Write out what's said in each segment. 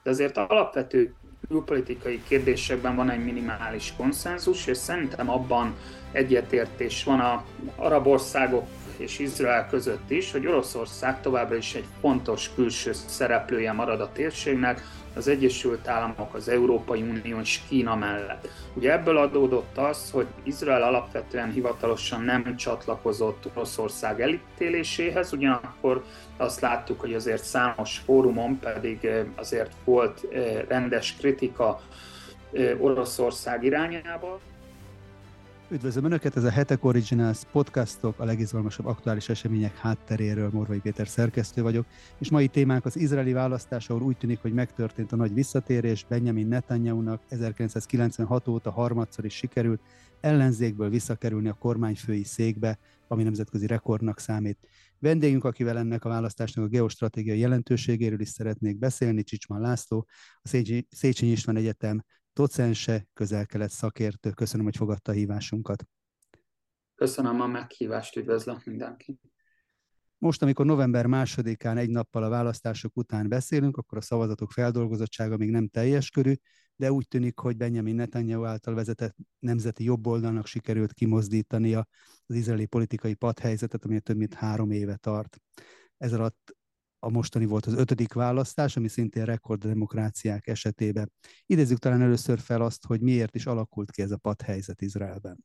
de azért alapvető külpolitikai kérdésekben van egy minimális konszenzus, és szerintem abban egyetértés van az arab országok és Izrael között is, hogy Oroszország továbbra is egy fontos külső szereplője marad a térségnek, az Egyesült Államok, az Európai Unió és Kína mellett. Ugye ebből adódott az, hogy Izrael alapvetően hivatalosan nem csatlakozott Oroszország elítéléséhez, ugyanakkor azt láttuk, hogy azért számos fórumon pedig azért volt rendes kritika Oroszország irányába. Üdvözlöm Önöket, ez a Hetek Originals podcastok, a legizgalmasabb aktuális események hátteréről. Morvai Péter szerkesztő vagyok, és mai témánk az izraeli választás, ahol úgy tűnik, hogy megtörtént a nagy visszatérés. Benjamin Netanyahunak 1996 óta harmadszor is sikerült ellenzékből visszakerülni a kormányfői székbe, ami nemzetközi rekordnak számít. Vendégünk, akivel ennek a választásnak a geostratégiai jelentőségéről is szeretnék beszélni, Csicsman László, a Széchenyi István Egyetem docense, közel-kelet szakértő. Köszönöm, hogy fogadta a hívásunkat. Köszönöm a meghívást, üdvözlök mindenkit. Most, amikor november 2-án egy nappal a választások után beszélünk, akkor a szavazatok feldolgozottsága még nem teljes körű, de úgy tűnik, hogy Benjamin Netanyahu által vezetett nemzeti jobboldalnak sikerült kimozdítania az izraeli politikai padhelyzetet, ami több mint 3 éve tart. Ez alatt a mostani volt az 5. választás, ami szintén rekord a demokráciák esetében. Idézzük talán először fel azt, hogy miért is alakult ki ez a padhelyzet Izraelben.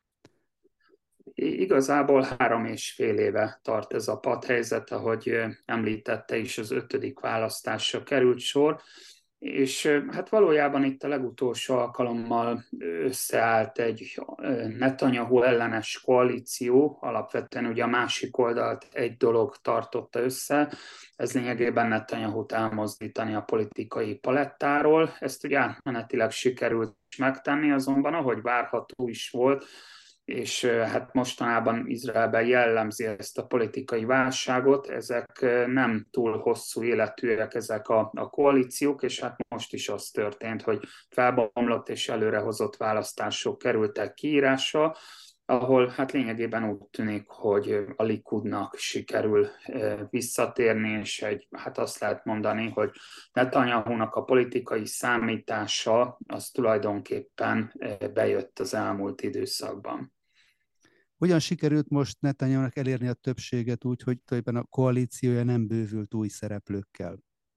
Igazából 3,5 éve tart ez a padhelyzet, ahogy említette is, az 5. választásra került sor, és hát valójában itt a legutolsó alkalommal összeállt egy Netanyahu ellenes koalíció, alapvetően ugye a másik oldalt egy dolog tartotta össze, ez lényegében Netanyahut elmozdítani a politikai palettáról, ezt ugye átmenetileg sikerült megtenni, azonban ahogy várható is volt, és hát mostanában Izraelben jellemzi ezt a politikai válságot, ezek nem túl hosszú életűek ezek a koalíciók, és hát most is az történt, hogy felbomlott és előrehozott választások kerültek kiírásra, ahol hát lényegében úgy tűnik, hogy a Likudnak sikerül visszatérni, és hát azt lehet mondani, hogy Netanyahunak a politikai számítása az tulajdonképpen bejött az elmúlt időszakban. Hogyan sikerült most Netanyahunak elérni a többséget úgy, hogy tulajdonképpen a koalíciója nem bővült új szereplőkkel?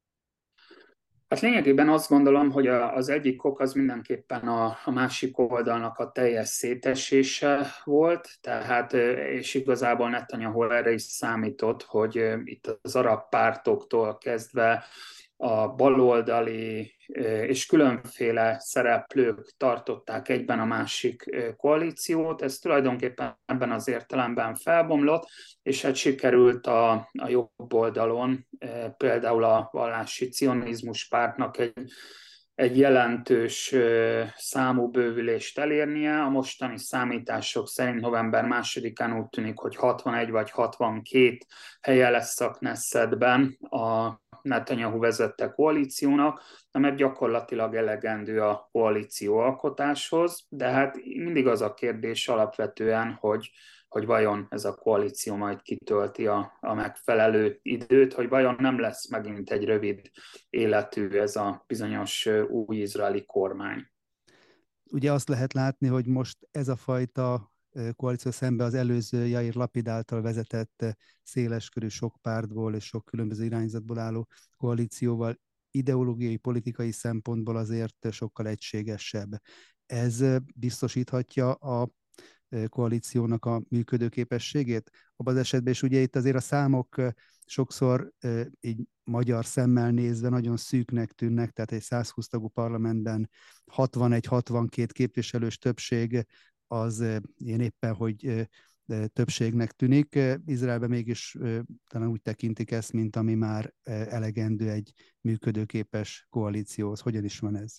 Hát lényegében azt gondolom, hogy az egyik ok az mindenképpen a másik oldalnak a teljes szétesése volt, tehát és igazából Netanyahu erre is számított, hogy itt az arab pártoktól kezdve a baloldali és különféle szereplők tartották egyben a másik koalíciót. Ez tulajdonképpen ebben az értelemben felbomlott, és hát sikerült a jobb oldalon például a vallási cionizmus pártnak egy jelentős számú bővülést elérnie. A mostani számítások szerint november 2-án úgy tűnik, hogy 61 vagy 62 helye lesz a Knessetben a Netanyahu vezette koalíciónak, mert gyakorlatilag elegendő a koalíció alkotáshoz, de hát mindig az a kérdés alapvetően, hogy vajon ez a koalíció majd kitölti a megfelelő időt, hogy vajon nem lesz megint egy rövid életű ez a bizonyos új izraeli kormány. Ugye azt lehet látni, hogy most ez a fajta koalíció szembe az előző Jair Lapid által vezetett széleskörű sok pártból és sok különböző irányzatból álló koalícióval ideológiai, politikai szempontból azért sokkal egységesebb. Ez biztosíthatja a koalíciónak a működőképességét? Abban az esetben, és ugye itt azért a számok sokszor így magyar szemmel nézve nagyon szűknek tűnnek, tehát egy 120 tagú parlamentben 61-62 képviselős többség az ilyen éppen, hogy többségnek tűnik. Izraelben mégis talán úgy tekintik ezt, mint ami már elegendő egy működőképes koalícióhoz. Hogyan is van ez?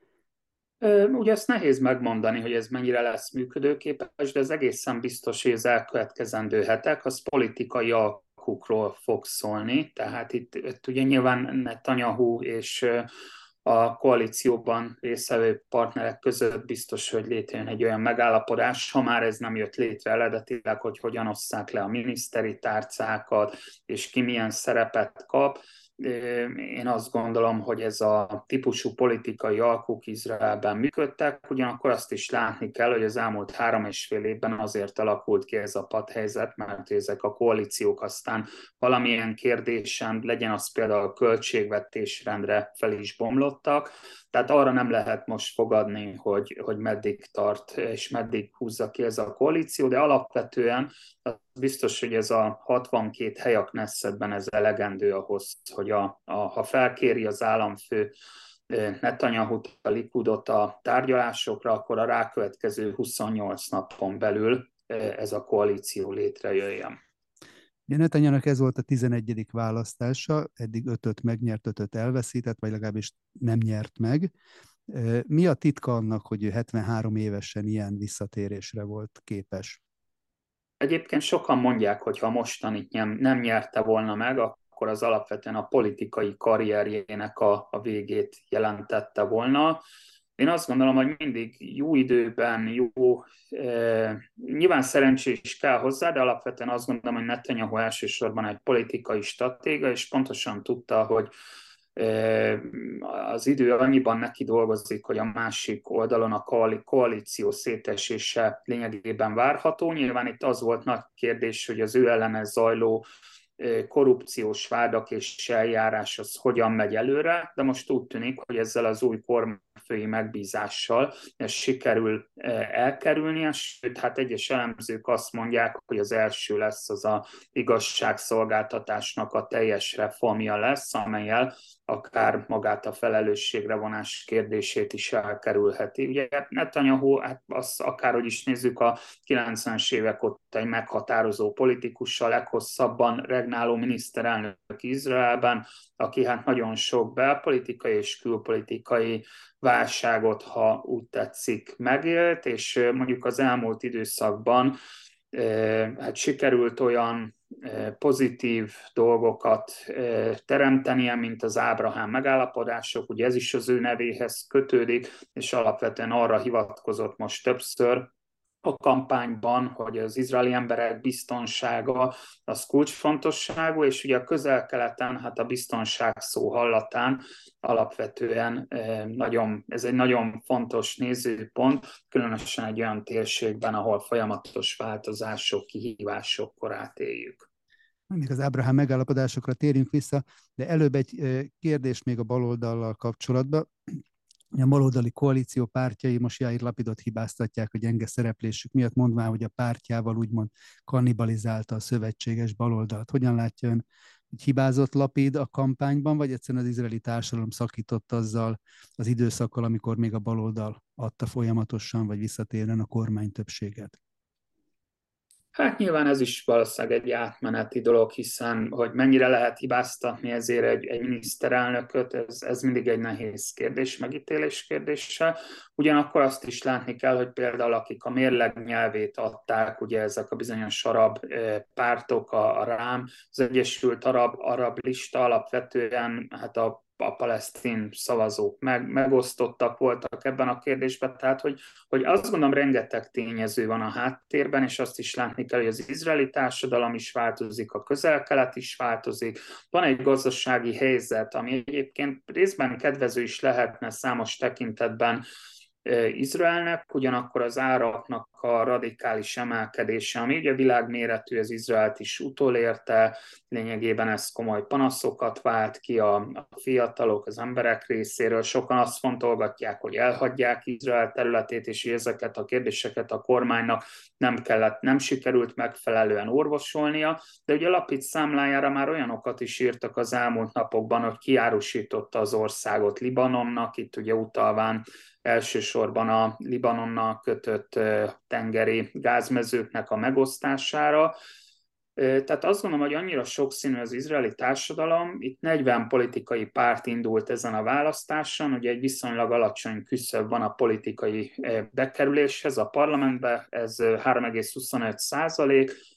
Ugye ezt nehéz megmondani, hogy ez mennyire lesz működőképes, de ez egészen biztos, hogy az elkövetkezendő hetek, az politikai alkukról fog szólni. Tehát itt ugye nyilván Netanyahu és a koalícióban résztvevő partnerek között biztos, hogy létrejön egy olyan megállapodás, ha már ez nem jött létre eredetileg, hogy hogyan osszák le a miniszteri tárcákat, és ki milyen szerepet kap. én azt gondolom, hogy ez a típusú politikai alkuk Izraelben működtek, ugyanakkor azt is látni kell, hogy az elmúlt 3,5 évben azért alakult ki ez a patthelyzet, mert ezek a koalíciók aztán valamilyen kérdésen, legyen az például költségvetésrendre fel is bomlottak, tehát arra nem lehet most fogadni, hogy meddig tart és meddig húzza ki ez a koalíció, de alapvetően biztos, hogy ez a 62 hely a Knessetben ez elegendő ahhoz, hogy ha felkéri az államfő Netanyahut, a Likudot a tárgyalásokra, akkor a rákövetkező 28 napon belül ez a koalíció létrejöjjön. Netanyahunak ez volt a 11. választása, eddig 5-öt megnyert, 5-öt elveszített, vagy legalábbis nem nyert meg. Mi a titka annak, hogy ő 73 évesen ilyen visszatérésre volt képes? Egyébként sokan mondják, hogy ha mostanit nem nyerte volna meg, akkor az alapvetően a politikai karrierjének a végét jelentette volna. Én azt gondolom, hogy mindig jó időben, nyilván szerencsé is kell hozzá, de alapvetően azt gondolom, hogy Netanyahu elsősorban egy politikai stratéga, és pontosan tudta, hogy az idő annyiban neki dolgozik, hogy a másik oldalon a koalíció szétesése lényegében várható. Nyilván itt az volt nagy kérdés, hogy az ő ellene zajló korrupciós vádak és eljárás az hogyan megy előre, de most úgy tűnik, hogy ezzel az új kormányfői megbízással ezt sikerül elkerülnie, sőt, hát egyes elemzők azt mondják, hogy az első lesz az a igazságszolgáltatásnak a teljes reformja lesz, amellyel akár magát a felelősségre vonás kérdését is elkerülheti. Ugye Netanyahu, hát azt akárhogy is nézzük, a 90-es évek óta egy meghatározó politikus, a leghosszabban regnáló miniszterelnök Izraelben, aki hát nagyon sok belpolitikai és külpolitikai válságot, ha úgy tetszik, megélt, és mondjuk az elmúlt időszakban hát sikerült olyan pozitív dolgokat teremtenie, mint az Ábrahám megállapodások, ugye ez is az ő nevéhez kötődik, és alapvetően arra hivatkozott most többször a kampányban, hogy az izraeli emberek biztonsága az kulcsfontosságú, és ugye a közel-keleten, hát a biztonság szó hallatán alapvetően ez egy nagyon fontos nézőpont, különösen egy olyan térségben, ahol folyamatos változások, kihívások korát éljük. Még az Ábrahám megállapodásokra térjünk vissza, de előbb egy kérdés még a baloldallal kapcsolatban. A baloldali koalíció pártjai most Jair Lapidot hibáztatják a gyenge szereplésük miatt, mondván, hogy a pártjával úgymond kannibalizálta a szövetséges baloldalt. Hogyan látja ön, hogy hibázott Lapid a kampányban, vagy egyszerűen az izraeli társadalom szakított azzal az időszakkal, amikor még a baloldal adta folyamatosan, vagy visszatérően a kormány többséget? Hát nyilván ez is valószínűleg egy átmeneti dolog, hiszen hogy mennyire lehet hibáztatni ezért egy miniszterelnököt, ez mindig egy nehéz kérdés, megítélés kérdése. Ugyanakkor azt is látni kell, hogy például akik a mérleg nyelvét adták, ugye ezek a bizonyos arab pártok, a Rám, az Egyesült Arab Lista alapvetően hát a palesztin szavazók megosztottak voltak ebben a kérdésben, tehát hogy azt gondolom rengeteg tényező van a háttérben, és azt is látni kell, hogy az izraeli társadalom is változik, a közel-kelet is változik, van egy gazdasági helyzet, ami egyébként részben kedvező is lehetne számos tekintetben Izraelnek, ugyanakkor az áraknak a radikális emelkedése, ami ugye világméretű, az Izraelt is utolérte, lényegében ez komoly panaszokat vált ki a fiatalok, az emberek részéről. Sokan azt fontolgatják, hogy elhagyják Izrael területét, és ezeket a kérdéseket a kormánynak nem sikerült megfelelően orvosolnia, de ugye Lapid számlájára már olyanokat is írtak az elmúlt napokban, hogy kiárusította az országot Libanonnak, itt ugye utalván elsősorban a Libanonnal kötött tengeri gázmezőknek a megosztására. Tehát azt gondolom, hogy annyira sokszínű az izraeli társadalom, itt 40 politikai párt indult ezen a választáson, ugye egy viszonylag alacsony küszöb van a politikai bekerüléshez a parlamentbe, ez 3,25%,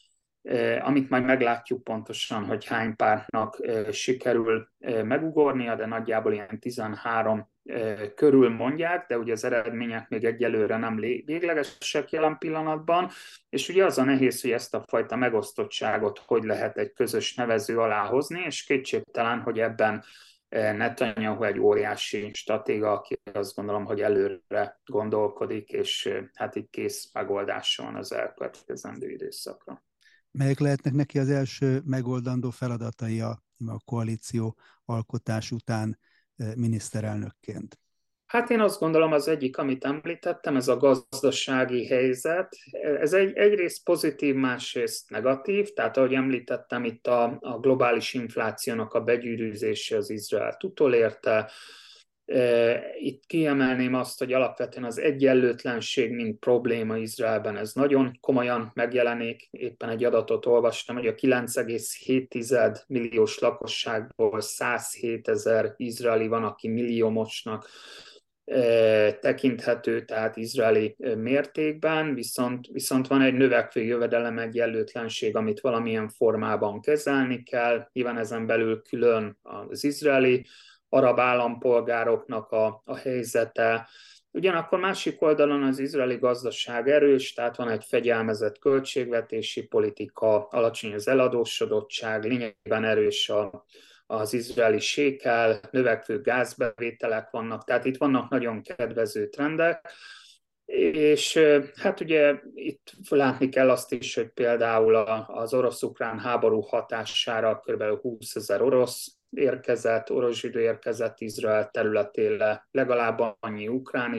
amit majd meglátjuk pontosan, hogy hány pártnak sikerül megugornia, de nagyjából ilyen 13 körül mondják, de ugye az eredmények még egyelőre nem véglegesek jelen pillanatban, és ugye az a nehéz, hogy ezt a fajta megosztottságot hogy lehet egy közös nevező alá hozni, és kétségtelen, hogy ebben Netanyahu egy óriási stratéga, aki azt gondolom, hogy előre gondolkodik, és hát így kész megoldása van az elkövetkezendő időszakra. Melyek lehetnek neki az első megoldandó feladatai a koalíció alkotás után miniszterelnökként? Hát én azt gondolom, az egyik, amit említettem, ez a gazdasági helyzet. Ez egyrészt pozitív, másrészt negatív. Tehát ahogy említettem, itt a globális inflációnak a begyűrűzése az Izraelt utolérte. Itt kiemelném azt, hogy alapvetően az egyenlőtlenség, mint probléma Izraelben, ez nagyon komolyan megjelenik. Éppen egy adatot olvastam, hogy a 9,7 milliós lakosságból 107 000 izraeli van, aki milliómosnak tekinthető, tehát izraeli mértékben, viszont van egy növekvő jövedelemegyenlőtlenség, amit valamilyen formában kezelni kell. Nyilván ezen belül külön az izraeli arab állampolgároknak a helyzete. Ugyanakkor másik oldalon az izraeli gazdaság erős, tehát van egy fegyelmezett költségvetési politika, alacsony az eladósodottság, lényegében erős az izraeli sékel, növekvő gázbevételek vannak, tehát itt vannak nagyon kedvező trendek, és hát ugye itt látni kell azt is, hogy például az orosz-ukrán háború hatására kb. 20 000 orosz zsidó érkezett Izrael területére, legalább annyi ukrán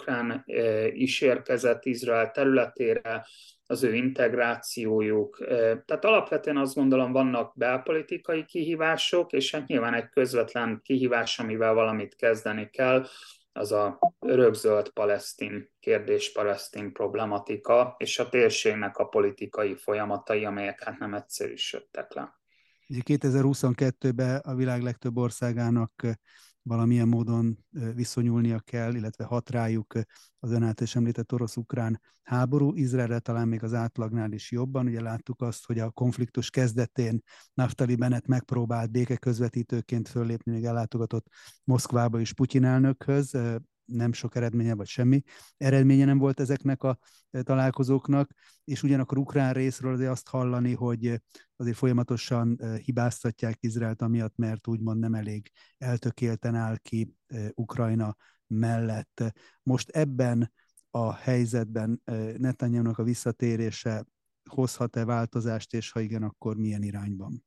is érkezett Izrael területére, az ő integrációjuk. Tehát alapvetően azt gondolom, vannak belpolitikai kihívások, és hát nyilván egy közvetlen kihívás, amivel valamit kezdeni kell, az a örökzöld palesztin kérdés, palesztin problematika, és a térségnek a politikai folyamatai, amelyek hát nem egyszerűsödtek le. Ugye 2022-ben a világ legtöbb országának valamilyen módon viszonyulnia kell, illetve hat rájuk az ön által is említett orosz-ukrán háború. Izraelre talán még az átlagnál is jobban. Ugye láttuk azt, hogy a konfliktus kezdetén Naftali Bennett megpróbált békeközvetítőként föllépni, még ellátogatott Moszkvába is Putyin elnökhöz. Nem sok eredménye, vagy semmi eredménye nem volt ezeknek a találkozóknak, és ugyanakkor ukrán részről azért azt hallani, hogy azért folyamatosan hibáztatják Izraelt amiatt, mert úgymond nem elég eltökélten áll ki Ukrajna mellett. Most ebben a helyzetben Netanyahunak a visszatérése hozhat-e változást, és ha igen, akkor milyen irányban?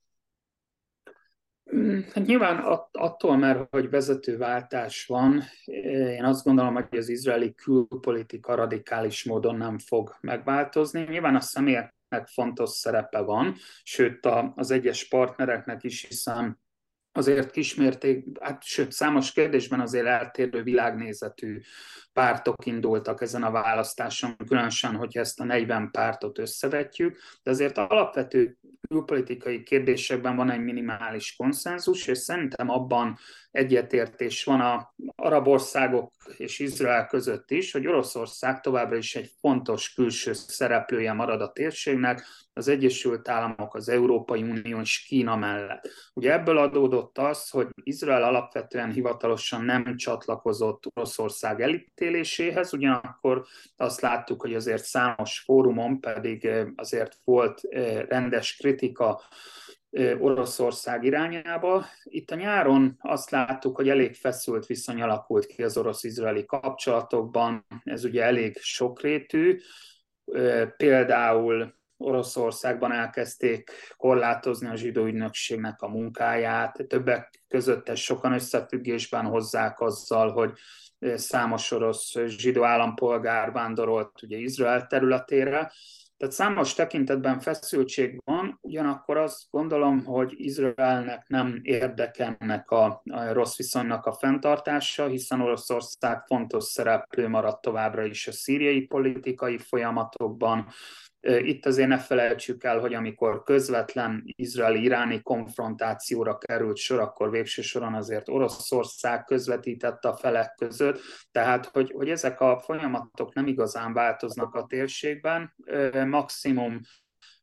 Hát nyilván attól, mert hogy vezetőváltás van, én azt gondolom, hogy az izraeli külpolitika radikális módon nem fog megváltozni. Nyilván a személyeknek fontos szerepe van, sőt az egyes partnereknek is, hiszen azért kismérték, hát sőt számos kérdésben azért eltérő világnézetű pártok indultak ezen a választáson, különösen, hogyha ezt a 40 pártot összevetjük, de azért alapvető külpolitikai kérdésekben van egy minimális konszenzus, és szerintem abban egyetértés van az arab országok és Izrael között is, hogy Oroszország továbbra is egy fontos külső szereplője marad a térségnek, az Egyesült Államok, az Európai Unió és Kína mellett. Ugye ebből adódott az, hogy Izrael alapvetően hivatalosan nem csatlakozott Oroszország elítéléséhez, ugyanakkor azt láttuk, hogy azért számos fórumon pedig azért volt rendes kritika Oroszország irányába. Itt a nyáron azt láttuk, hogy elég feszült viszony alakult ki az orosz-izraeli kapcsolatokban, ez ugye elég sokrétű, például Oroszországban elkezdték korlátozni a zsidó ügynökségnek a munkáját, többek között ezt sokan összefüggésben hozzák azzal, hogy számos orosz zsidó állampolgár vándorolt ugye Izrael területére. Tehát számos tekintetben feszültség van, ugyanakkor azt gondolom, hogy Izraelnek nem érdeke ennek a rossz viszonynak a fenntartása, hiszen Oroszország fontos szereplő maradt továbbra is a szíriai politikai folyamatokban. Itt azért ne felejtsük el, hogy amikor közvetlen izraeli-iráni konfrontációra került sor, akkor végső soron azért Oroszország közvetítette a felek között, tehát hogy ezek a folyamatok nem igazán változnak a térségben, maximum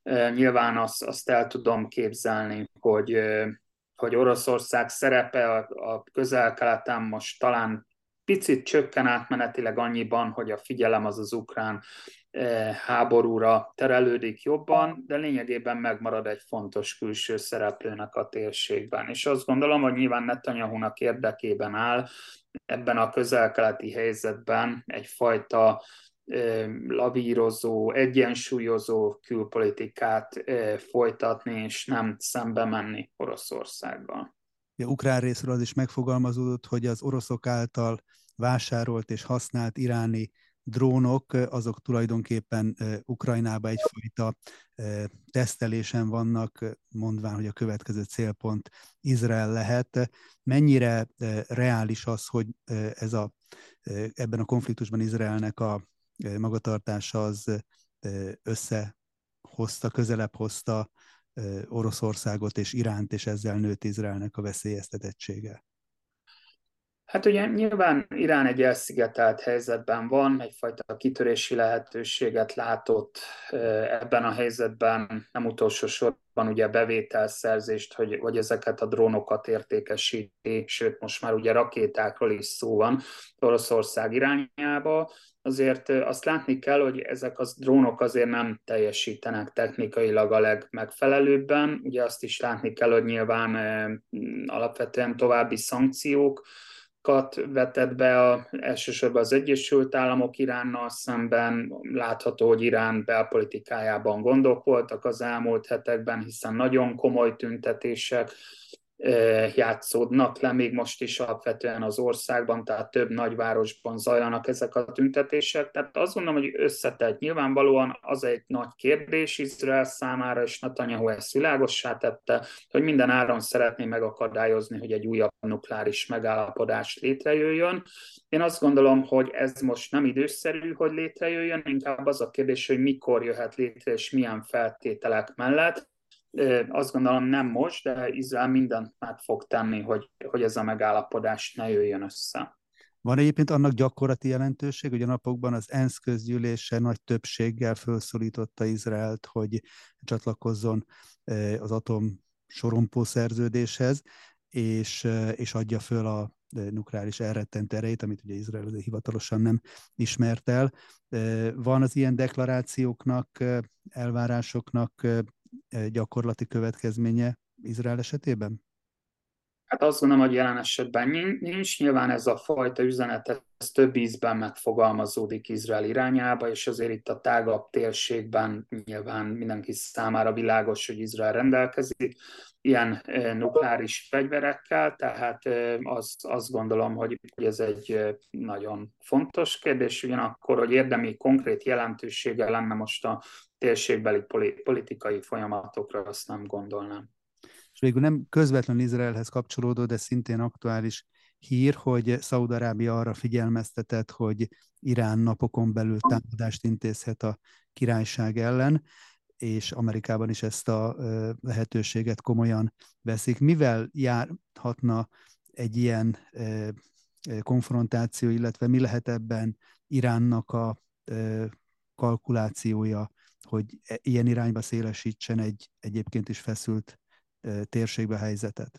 Nyilván azt el tudom képzelni, hogy Oroszország szerepe a Közel-Keleten most talán picit csökken átmenetileg annyiban, hogy a figyelem az ukrán háborúra terelődik jobban, de lényegében megmarad egy fontos külső szereplőnek a térségben. És azt gondolom, hogy nyilván Netanyahu-nak érdekében áll ebben a közel-keleti helyzetben egyfajta lavírozó, egyensúlyozó külpolitikát folytatni, és nem szembe menni Oroszországgal. A ukrán részről az is megfogalmazódott, hogy az oroszok által vásárolt és használt iráni drónok, azok tulajdonképpen Ukrajnába egyfajta tesztelésen vannak, mondván, hogy a következő célpont Izrael lehet. Mennyire reális az, hogy ebben a konfliktusban Izraelnek a magatartása az összehozta, közelebb hozta Oroszországot és Iránt, és ezzel nőtt Izraelnek a veszélyeztetettsége? Hát ugye nyilván Irán egy elszigetelt helyzetben van, egyfajta kitörési lehetőséget látott ebben a helyzetben, nem utolsó sorban ugye bevételszerzést, hogy ezeket a drónokat értékesíti, sőt most már ugye rakétákról is szó van Oroszország irányába. Azért azt látni kell, hogy ezek a drónok azért nem teljesítenek technikailag a legmegfelelőbben. Ugye azt is látni kell, hogy nyilván alapvetően további szankciók vetett be elsősorban az Egyesült Államok Iránnal szemben. Látható, hogy Irán belpolitikájában gondok voltak az elmúlt hetekben, hiszen nagyon komoly tüntetések játszódnak le még most is alapvetően az országban, tehát több nagyvárosban zajlanak ezek a tüntetések. Tehát azt gondolom, hogy összetett. Nyilvánvalóan az egy nagy kérdés Izrael számára, és Netanyahu ezt világossá tette, hogy minden áron szeretné megakadályozni, hogy egy újabb nukleáris megállapodás létrejöjjön. Én azt gondolom, hogy ez most nem időszerű, hogy létrejöjjön, inkább az a kérdés, hogy mikor jöhet létre, és milyen feltételek mellett. Azt gondolom nem most, de Izrael mindent meg fog tenni, hogy ez a megállapodás ne jöjjön össze. Van egyébként annak gyakorlati jelentőség, hogy a napokban az ENSZ közgyűlése nagy többséggel felszólította Izraelt, hogy csatlakozzon az atom sorompó szerződéshez, és adja föl a nukleáris elrettentő erejét, amit ugye Izrael hivatalosan nem ismert el. Van az ilyen deklarációknak, elvárásoknak gyakorlati következménye Izrael esetében? Hát azt gondolom, hogy jelen esetben nincs. Nyilván ez a fajta üzenet ez több ízben megfogalmazódik Izrael irányába, és azért itt a tágabb térségben nyilván mindenki számára világos, hogy Izrael rendelkezik ilyen nukleáris fegyverekkel, tehát azt gondolom, hogy ez egy nagyon fontos kérdés, ugyanakkor, hogy érdemi, konkrét jelentősége lenne most a térségbeli politikai folyamatokra, azt nem gondolnám. És végül nem közvetlenül Izraelhez kapcsolódó, de szintén aktuális hír, hogy Szaúd-Arábia arra figyelmeztetett, hogy Irán napokon belül támadást intézhet a királyság ellen, és Amerikában is ezt a lehetőséget komolyan veszik. Mivel járhatna egy ilyen konfrontáció, illetve mi lehet ebben Iránnak a kalkulációja, hogy ilyen irányba szélesítsen egy egyébként is feszült térségbe helyzetet?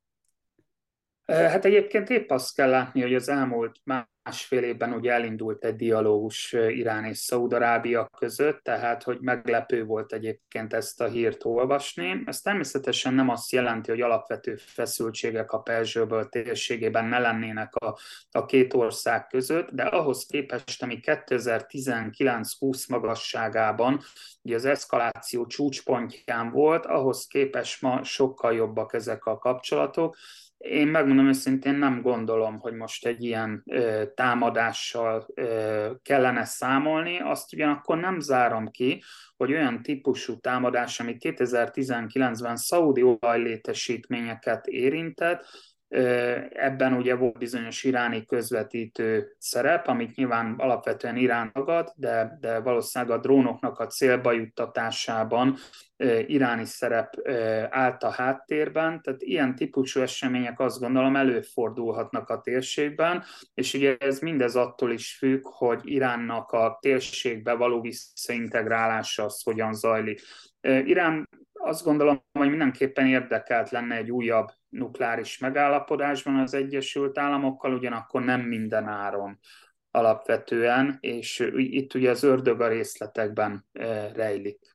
Hát egyébként épp azt kell látni, hogy az elmúlt másfél évben ugye elindult egy dialógus Irán és Szaúd-Arábia között, tehát hogy meglepő volt egyébként ezt a hírt olvasni. Ez természetesen nem azt jelenti, hogy alapvető feszültségek a Perzsőböl térségében ne lennének a két ország között, de ahhoz képest, ami 2019-20 magasságában ugye az eszkaláció csúcspontján volt, ahhoz képest ma sokkal jobbak ezek a kapcsolatok. Én megmondom őszintén, nem gondolom, hogy most egy ilyen támadással kellene számolni. Azt ugyanakkor nem zárom ki, hogy olyan típusú támadás, ami 2019-ben szaúdi olajlétesítményeket érintett, Ebben ugye volt bizonyos iráni közvetítő szerep, amit nyilván alapvetően Irán tagad, de valószínűleg a drónoknak a célba juttatásában iráni szerep állt a háttérben, tehát ilyen típusú események azt gondolom előfordulhatnak a térségben, és ugye ez mindez attól is függ, hogy Iránnak a térségbe való visszaintegrálása az hogyan zajlik. Irán azt gondolom, hogy mindenképpen érdekelt lenne egy újabb nukleáris megállapodásban az Egyesült Államokkal, ugyanakkor nem minden áron alapvetően, és itt ugye az ördög a részletekben rejlik.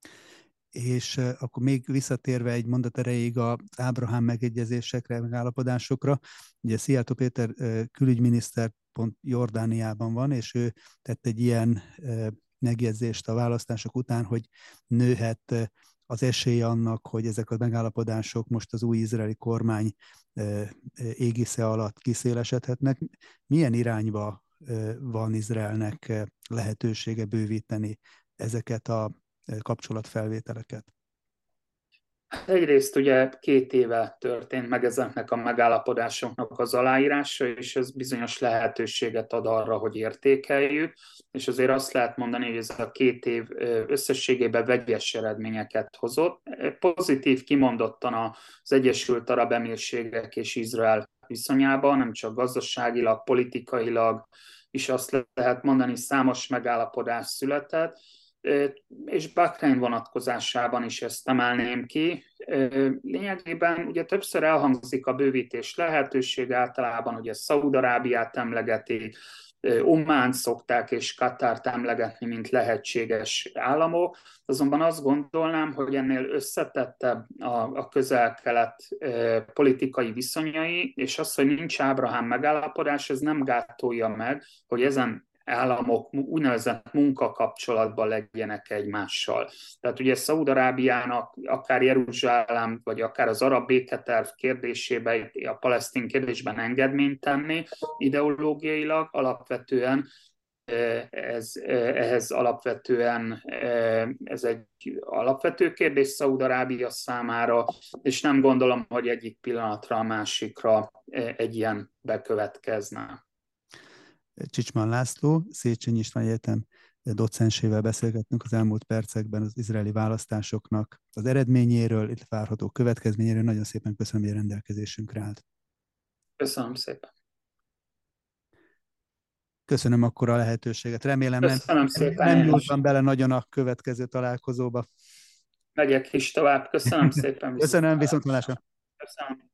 És akkor még visszatérve egy mondat erejéig az Ábrahám megegyezésekre, megállapodásokra, ugye Szijjártó Péter külügyminiszter pont Jordániában van, és ő tett egy ilyen megjegyzést a választások után, hogy nőhet az esély annak, hogy ezek a megállapodások most az új izraeli kormány égisze alatt kiszélesedhetnek. Milyen irányba van Izraelnek lehetősége bővíteni ezeket a kapcsolatfelvételeket? Egyrészt ugye 2 éve történt meg ezeknek a megállapodásoknak az aláírása, és ez bizonyos lehetőséget ad arra, hogy értékeljük, és azért azt lehet mondani, hogy ez a 2 év összességében vegyes eredményeket hozott. Pozitív kimondottan az Egyesült Arab Emírségek és Izrael viszonyában, nem csak gazdaságilag, politikailag is azt lehet mondani, számos megállapodás született, és Bahrein vonatkozásában is ezt emelném ki. Lényegében ugye többször elhangzik a bővítés lehetőség, általában ugye Szaúd-Arábiát emlegeti, Ománt szokták és Katárt emlegetni, mint lehetséges államok. Azonban azt gondolnám, hogy ennél összetettebb a közel-kelet politikai viszonyai, és az, hogy nincs Ábrahám megállapodás, ez nem gátolja meg, hogy ezen államok úgynevezett munkakapcsolatban legyenek egymással. Tehát ugye Szaúd-Arábiának akár Jeruzsálem, vagy akár az arab béketerv kérdésében, a palesztin kérdésben engedményt tenni ideológiailag, alapvetően ehhez alapvetően ez egy alapvető kérdés Szaúd-Arábia számára, és nem gondolom, hogy egyik pillanatra a másikra egy ilyen bekövetkezne. Csicsman László, Széchenyi István Egyetem docensével beszélgettünk az elmúlt percekben az izraeli választásoknak az eredményéről, illetve várható következményéről. Nagyon szépen köszönöm, hogy a rendelkezésünkre állt. Köszönöm szépen. Köszönöm akkor a lehetőséget. Remélem nem nyúltam bele nagyon a következő találkozóba. Megyek is tovább. Köszönöm szépen. Köszönöm, viszontlátásra. Köszönöm.